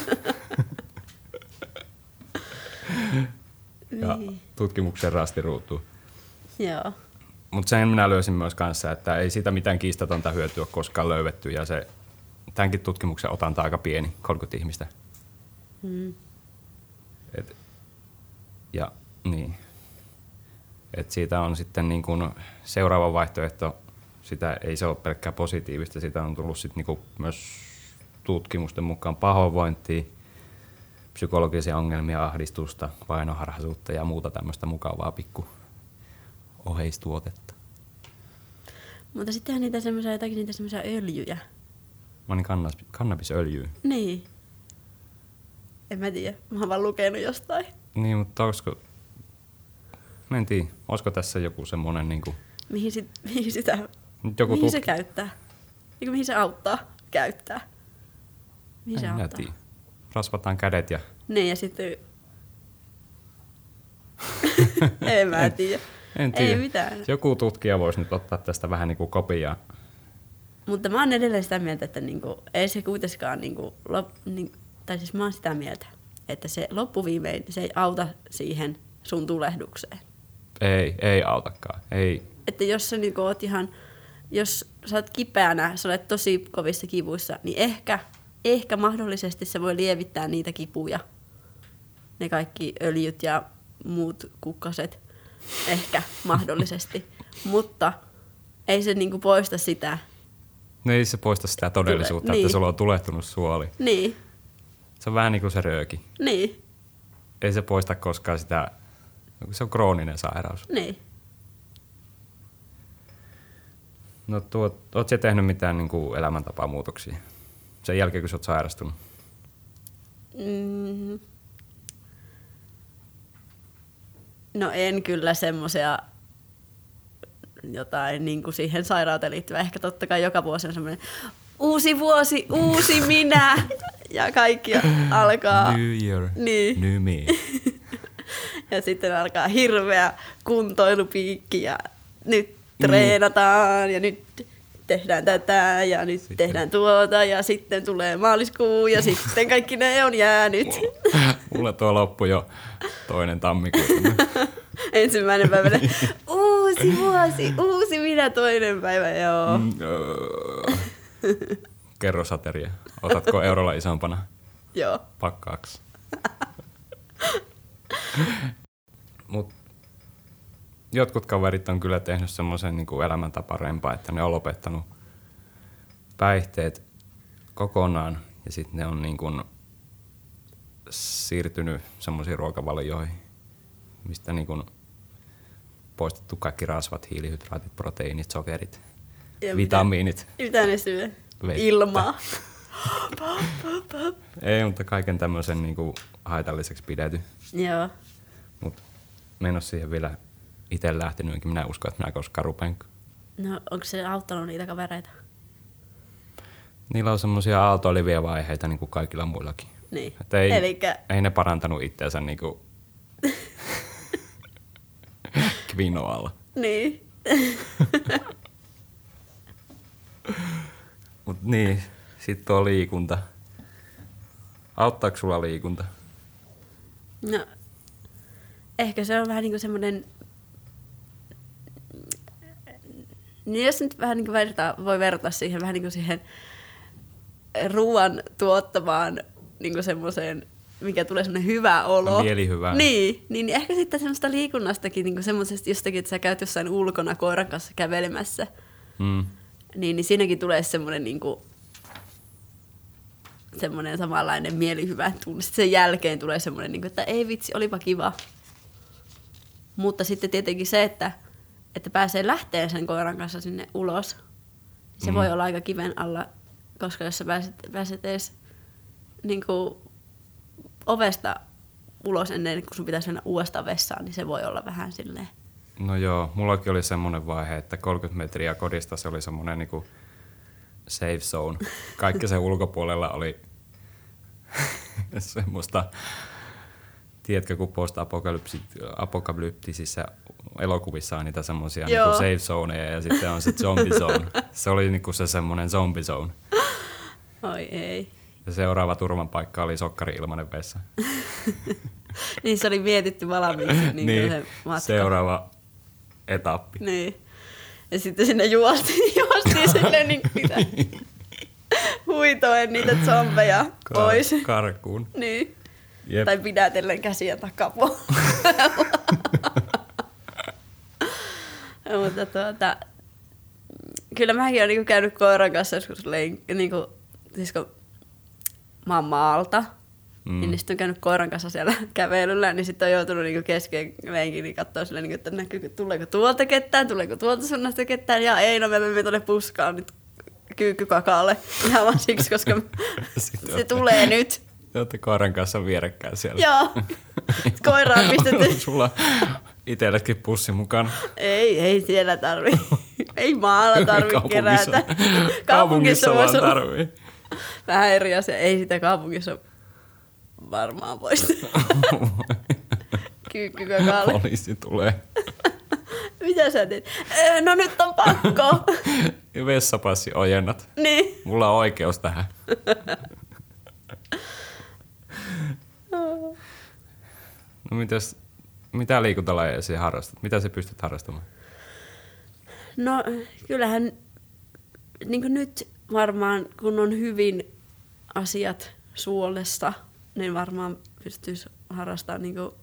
Ja tutkimuksen rasti ruutuu. Joo. Mutta sen minä löysin myös kanssa, että ei siitä mitään kiistatonta hyötyä koskaan löydetty. Ja tämänkin tutkimuksen otanta aika pieni, 30 ihmistä. Ja niin. Et siitä on sitten niin kuin seuraava vaihtoehto, sitä ei se ole pelkkää positiivista, siitä on tullut sitten niin kuin myös tutkimusten mukaan pahoinvointia, psykologisia ongelmia, ahdistusta, vainoharhaisuutta ja muuta tämmöistä mukavaa pikku oheistuotetta. Mutta sittenhän niitä semmoisia öljyjä. Mä olin kannabisöljyä. Niin. En mä tiedä. Mä oon vaan lukenut jostain. Niin, mutta olisiko... Mä en tiedä. Olisiko tässä joku semmonen niinku... Mihin sitä... Joku mihin se käyttää? Eikö mihin se auttaa käyttää? Mihin se en auttaa? tiedä. Rasvataan kädet ja... Niin ja sitten... en mä tiedä. En tiedä. Ei mitään. Joku tutkija voisi nyt ottaa tästä vähän niinku kopiaa. Mutta mä oon edelleen sitä mieltä, että niinku, ei se kuitenkaan... tai siis mä oon sitä mieltä, että se loppuviimein se ei auta siihen sun tulehdukseen. Ei autakaan. Ei. Että jos sä niinku oot ihan... Jos sä oot kipeänä, sä olet tosi kovissa kivuissa, niin ehkä mahdollisesti se voi lievittää niitä kipuja. Ne kaikki öljyt ja muut kukkaset. Ehkä mahdollisesti. Mutta ei se niinku poista sitä. No ei se poista sitä todellisuutta, niin. että sulla on tulehtunut suoli. Niin. Se on vähän niin kuin se rööki. Niin. Ei se poista koskaan sitä, se on krooninen sairaus. Niin. No ootko sä tehnyt mitään niin kuin elämäntapamuutoksia sen jälkeen, kun sä oot sairastunut? No en kyllä semmoisia jotain niin kuin siihen sairauteen liittyvää. Ehkä totta kai joka vuosi on semmoinen uusi vuosi, uusi minä ja kaikki alkaa. New year, niin. new me. Ja sitten alkaa hirveä kuntoilupiikki ja nyt treenataan ja nyt tehdään tätä ja nyt sitten tehdään tuota ja sitten tulee maaliskuu ja sitten kaikki ne on jäänyt. Mulla tuo loppui jo 2. tammikuuta. 1. päivä. Uusi vuosi, uusi minä 2. päivä, joo. Kerrosateria. Otatko eurolla isompana? Joo. Pakkaaks. Mut jotkut kaverit on kyllä tehnyt semmoisen niin kuin elämäntaparempaa, että ne on lopettanut päihteet kokonaan ja sitten ne on niin kuin siirtynyt semmoisiin ruokavalioihin, mistä niin kuin poistettu kaikki rasvat, hiilihydraatit, proteiinit, sokerit, Ja vitamiinit. Mitä ne syö? Vettä. Ilmaa. Ei, mutta kaiken tämmöisen niin kuin haitalliseksi pidety. Joo. Mutta mä en ole siihen vielä itse lähtenyt, enkä minä usko, että minä koskaan rupean. No onko se auttanut niitä kavereita? Niillä on semmoisia aaltoilevia vaiheita niin kuin kaikilla muillakin. Niin. Että ei ne parantanut itseänsä niin kuin kvinoalla. Niin. Mut niin, sit tuo liikunta. Auttaako sulla liikunta? No, ehkä se on vähän niin kuin semmoinen... Niin jos nyt vähän niin kuin voi vertaa siihen vähän niin kuin siihen ruoan tuottamaan niin kuin semmoiseen, mikä tulee semmoinen hyvä olo. Mielihyvää. Niin ehkä sitten semmoista liikunnastakin, niin kuin semmoisesta jostakin, että sä käyt jossain ulkona koiran kanssa kävelemässä. Niin siinäkin tulee semmoinen niin kuin semmoinen samanlainen mielihyvä tunne. Sitten sen jälkeen tulee semmoinen, niin kuin, että ei vitsi, olipa kiva. Mutta sitten tietenkin se, että pääsee lähteen sen koiran kanssa sinne ulos, se voi olla aika kiven alla, koska jos sä pääset edes niin kuin ovesta ulos ennen kuin sun pitäisi mennä uudestaan vessaan, niin se voi olla vähän silleen. No joo, mullakin oli semmoinen vaihe, että 30 metriä kodista se oli semmoinen niinku safe zone. Kaikki sen ulkopuolella oli semmoista, tiedätkö, kun post-apokalyptisissä elokuvissa on niitä semmoisia niinku safe zoneja ja sitten on se zombie zone. Se oli niinku se semmoinen zombie zone. Oi ei. Ja seuraava turvapaikka oli sokkari-ilmainen vessa. Niin se oli mietitty valmiiksi niin se matka. Seuraava etappi. Niin. Ja sitten sinne juostiin silleen niin mitä huitoen niitä zombeja pois. Karkuun. Niin. Jep. Tai pidätellen käsiä takapuolella. Mutta kyllä mäkin olen niinku käynyt koiran kanssa joskus niinku, siis kun mä oon maalta, niin sitten on käynyt koiran kanssa siellä kävelyllä, niin sitten on joutunut niinku kesken lenkin niin katsoa sille, niinku, että näkyykö, tuleeko tuolta ketään, tuleeko tuolta suunnasta ketään, ja ei, no me menemme tuonne puskaan nyt kyykkykakaalle ihan vaan siksi, koska se tulee nyt. Te olette koiran kanssa vierekkäin siellä. Joo, koiraan pistetty. Sulla itsellekin pussi mukana. Ei siellä tarvii. Ei maalla tarvii kerätä. Kaupungissa vaan voisi olla tarvii. vähän eri asia. Ei sitä kaupungissa varmaan voisi. Kyykkykakaalle. Poliisi tulee. Mitä sä teet? No nyt on pakko. Vessapassi ojennat. Niin. Mulla on oikeus tähän. No mitä liikuntalajeja sinä harrastat? Mitä sä pystyt harrastamaan? No kyllähän niin kuin nyt varmaan, kun on hyvin asiat suolessa, niin varmaan pystyisi harrastamaan niin kuin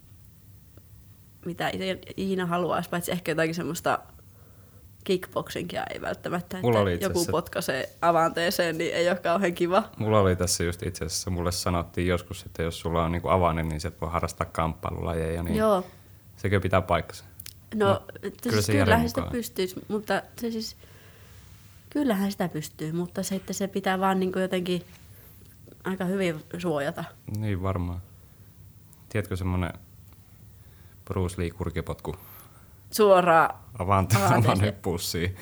mitä ikinä haluaisi, paitsi ehkä jotakin semmoista kickboxingia ei välttämättä, että joku potkaisee avanteeseen, niin ei ole kauhean kiva. Mulla oli tässä just itse asiassa, mulle sanottiin joskus, että jos sulla on niinku avainen, niin sit voi harrastaa kamppailulajeja, niin joo. Sekö pitää paikkansa? No kyllähän sitä pystyisi, mutta se siis, kyllähän sitä pystyy, mutta se, että se pitää vaan niinku jotenkin aika hyvin suojata. Niin varmaan. Tiedätkö semmonen Bruce Lee -kurkipotku? Suoraan Avanteeseen pussiin.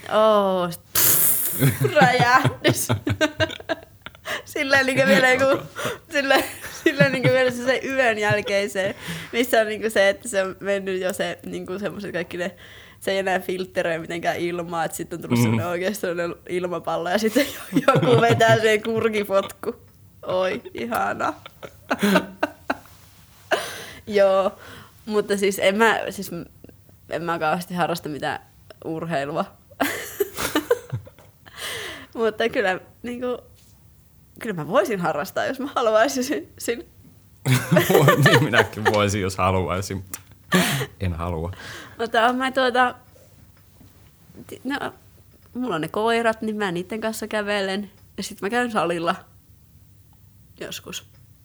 Räjähdys. Silleen niinku vielä joku, silleen niinku vielä se yön jälkeiseen, missä on niinku se, että se on mennyt jo se niinku semmoiset kaikki ne, se ei enää filtteröi mitenkään ilmaa, että sitten on tullut sellainen oikeasti sellainen ilmapallo ja sitten joku vetää sen kurkipotku. Oi, ihana. Joo, mutta siis en mä kauheasti harrasta mitään urheilua. Mutta kyllä, kyllä mä voisin harrastaa, jos mä haluaisin. Niin minäkin voisin, jos haluaisin, mutta en halua. Mutta mulla on ne koirat, niin mä niiden kanssa kävelen. Ja sit mä käyn salilla joskus.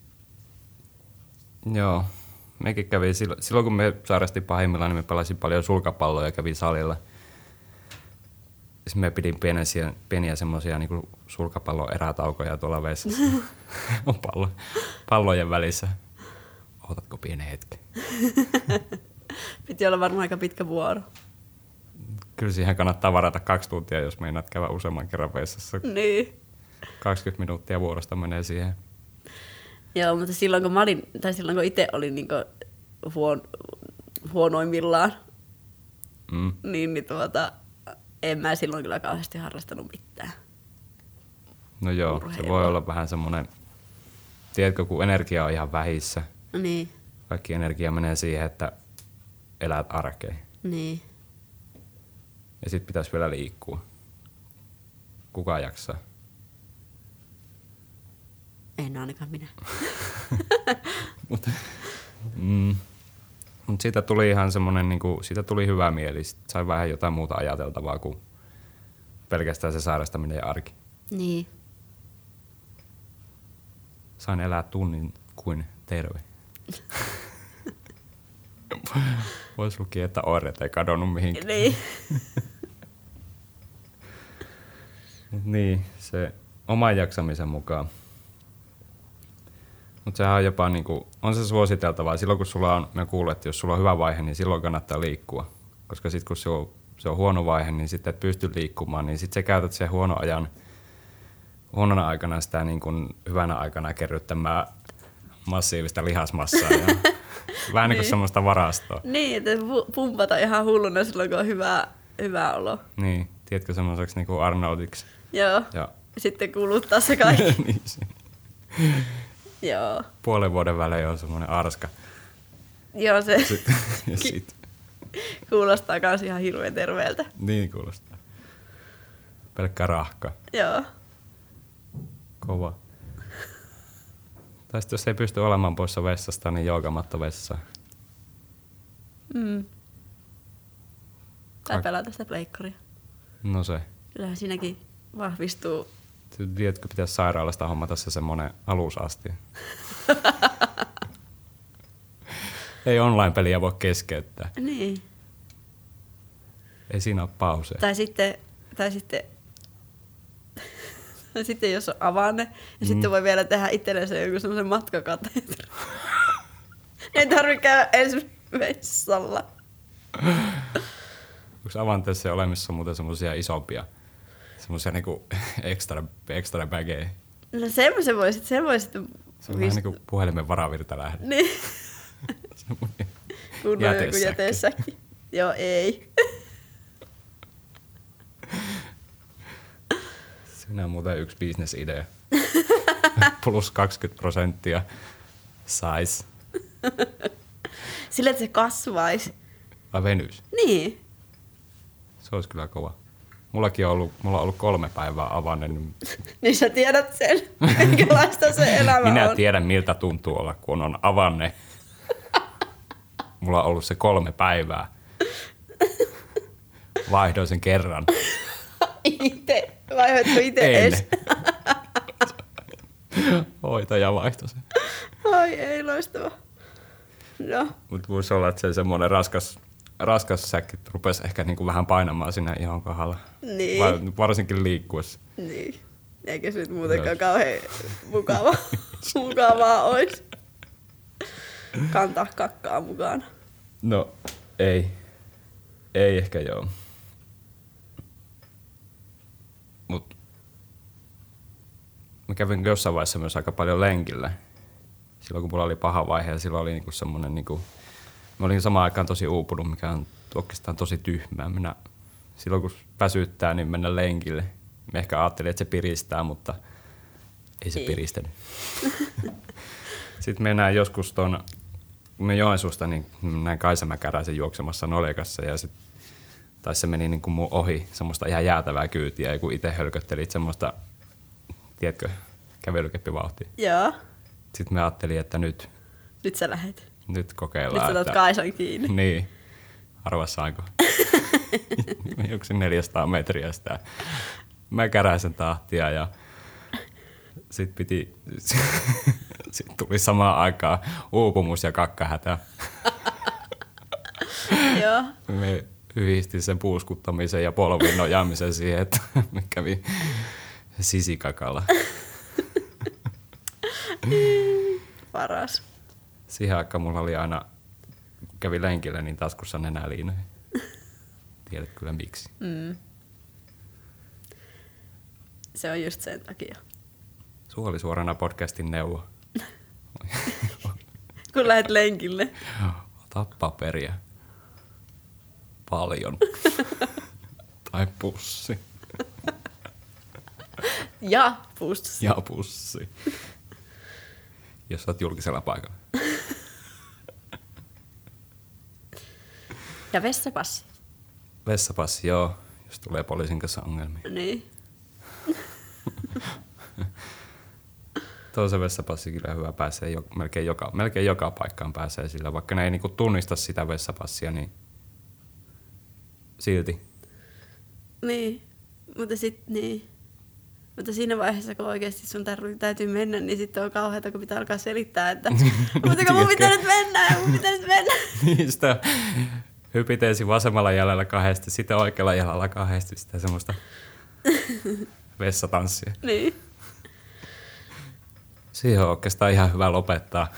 Joo. Mekin kävi silloin, kun me sairastiin pahimmillaan, niin me pelasin paljon sulkapalloa ja kävin salilla. Sitten me pidin pieniä semmosia niinku sulkapallon erätaukoja tuolla vessassa. Pallojen välissä. Ootatko pienen hetken? Piti olla varmaan aika pitkä vuoro. Kyllä siihen kannattaa varata 2 tuntia, jos meinaat käydä useamman kerran vessassa. Niin. 20 minuuttia vuorosta menee siihen. Joo, mutta silloin kun itse olin niinku huonoimmillaan, niin en mä silloin kyllä kauheasti harrastanut mitään. No joo, urheilua. Se voi olla vähän semmoinen, tiedätkö, kun energia on ihan vähissä. Niin. Kaikki energia menee siihen, että elät arkeen. Niin. Ja sit pitäisi vielä liikkua. Kuka jaksaa? En ainakaan minä. Mutta siitä tuli ihan semmonen, niinku, siitä tuli hyvä mieli. Sitten sai vähän jotain muuta ajateltavaa kuin pelkästään se sairastaminen ja arki. Niin. Sain elää tunnin kuin terve. Vois lukia, että oireet ei kadonnut mihinkään. Niin. Niin, se oman jaksamisen mukaan. Mutta sehän on jopa niinku, on se suositeltavaa. Silloin kun sulla on, mä kuulen, että jos sulla on hyvä vaihe, niin silloin kannattaa liikkua. Koska sit kun se on huono vaihe, niin sitten et pysty liikkumaan, niin sit sä käytät sen huonona aikana sitä niin kuin hyvänä aikana kerryttämään massiivista lihasmassaa. Ja vähän niin kuin semmoista varastoa. Niin, että pumpata ihan hulluna silloin, kun on hyvä olo. Niin, tiedätkö semmoiseksi niin kuin Arnoldiksi? Joo, ja sitten kuluttaa se kaikki. Niin. Joo. 5 vuoden välein on semmoinen arska. Joo, se sit. Kuulostaa kans ihan hirveän terveeltä. Niin kuulostaa. Pelkkä rahka. Joo. Kova. Tai jos ei pysty olemaan poissa vessasta, niin joogamatta vessaan. Tai pelata sitä pleikkaria. No se. Kyllähän siinäkin vahvistuu. Tiedätkö, pitäisi sairaalasta hommata se semmoinen alusasti. Ei online-peliä voi keskeyttää. Niin. Ei siinä ole pauseja. Tai sitten jos on avanne, ja sitten voi vielä tehdä itsellensä joku semmoisen matkakateetrin. Ei tarvitse käydä edes vessalla. Onko avanteessa olemassa muuten semmoisia isompia, semmoisia niinku extra bageja? No semmoisen voisit. Se on vähän niinku puhelimen varavirta lähde. Niin. Kun on joku jätesäkki. Joo, ei. Siinä on muuten yksi bisnesidea. Plus 20% size. Sillä, että se kasvaisi. Vai venyisi? Niin. Se olisi kyllä kova. Mulla on ollut 3 päivää avanne. Niin sä tiedät sen, minkälaista se elämä Minä on. tiedän, miltä tuntuu olla, kun on avanne. Mulla on ollut se 3 päivää. Vaihdoin sen kerran. Vaihoitko itse edes? Hoitaja vaihtoi sen. Ai ei, loistava. No. Mutta voisi olla, että se semmoinen raskas säkki rupesi ehkä niinku vähän painamaan siinä ihon kohdalla. Niin. Varsinkin liikkuessa. Niin. Eikä se nyt muutenkaan kauhean mukavaa olisi kantaa kakkaa mukaan. No, ei. Ei ehkä joo. Mut mä kävin jossain vaiheessa myös aika paljon lenkillä. Silloin kun mulla oli paha vaihe ja silloin oli niinku semmonen niinku... Mä olin samaan aikaan tosi uupunut, mikä on oikeastaan tosi tyhmää. Silloin kun väsyttää, niin mennä lenkille. Mä ehkä ajattelin, että se piristää, mutta ei se piristänyt. Sitten mennään joskus kun me Joensuusta, niin näin Kaisa Mäkäräisen juoksemassa Nolekassa ja sit tai se meni niin kuin mun ohi semmoista ihan jäätävää kyytiä ja kun itse hölköttelit semmoista, tiedätkö, kävelykeppivauhtia. Joo. Sitten mä ajattelin, että nyt sä lähet. Nyt kokeillaan. Nyt sä otat Kaisan kiinni. Niin. Arvaa saanko. Mä juoksin 400 metriä sitä Mäkäräisen tahtia ja sit tuli samaan aikaan uupumus ja kakkahätä. Joo. Me yhdistin sen puuskuttamisen ja polvin nojaamisen siihen, että me kävi sisikakalla. Paras. Siihen aikaan mulla oli aina, kun kävi lenkillä, niin taskussa nenäliinoja. Tiedät kyllä miksi. Mm. Se on just sen takia. Suolisuorana podcastin neuvo. Kun lähet lenkille. Ota paperia. Paljon. Tai pussi. Ja pussi. Ja pussi. Jos olet julkisella paikalla. Ja vessapassi. Vessapassi, joo. Jos tulee poliisin kanssa ongelmia. Niin. Toisen vessapassi kyllä hyvä pääsee melkein joka paikkaan pääsee sillä. Vaikka ne ei niinku tunnista sitä vessapassia, niin silti. Niin. Mutta siinä vaiheessa, kun oikeasti sun täytyy mennä, niin sitten on kauheata, kun pitää alkaa selittää, että mutta mun pitää nyt mennä. Niin sitä hypiteesi vasemmalla jäljellä kahdesti, sitten oikealla jäljellä kahdesti, sitä semmoista vessatanssia. Niin. Siihen on oikeastaan ihan hyvä lopettaa.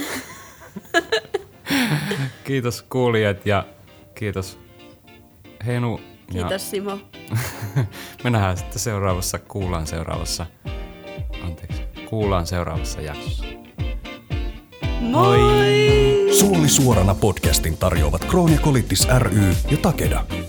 Kiitos kuulijat ja kiitos Henu. Kiitos Simo. Me nähdään sitten kuullaan seuraavassa jaksossa. Moi! Suolisuorana podcastin tarjoavat Crohn & Colitis ry ja Takeda.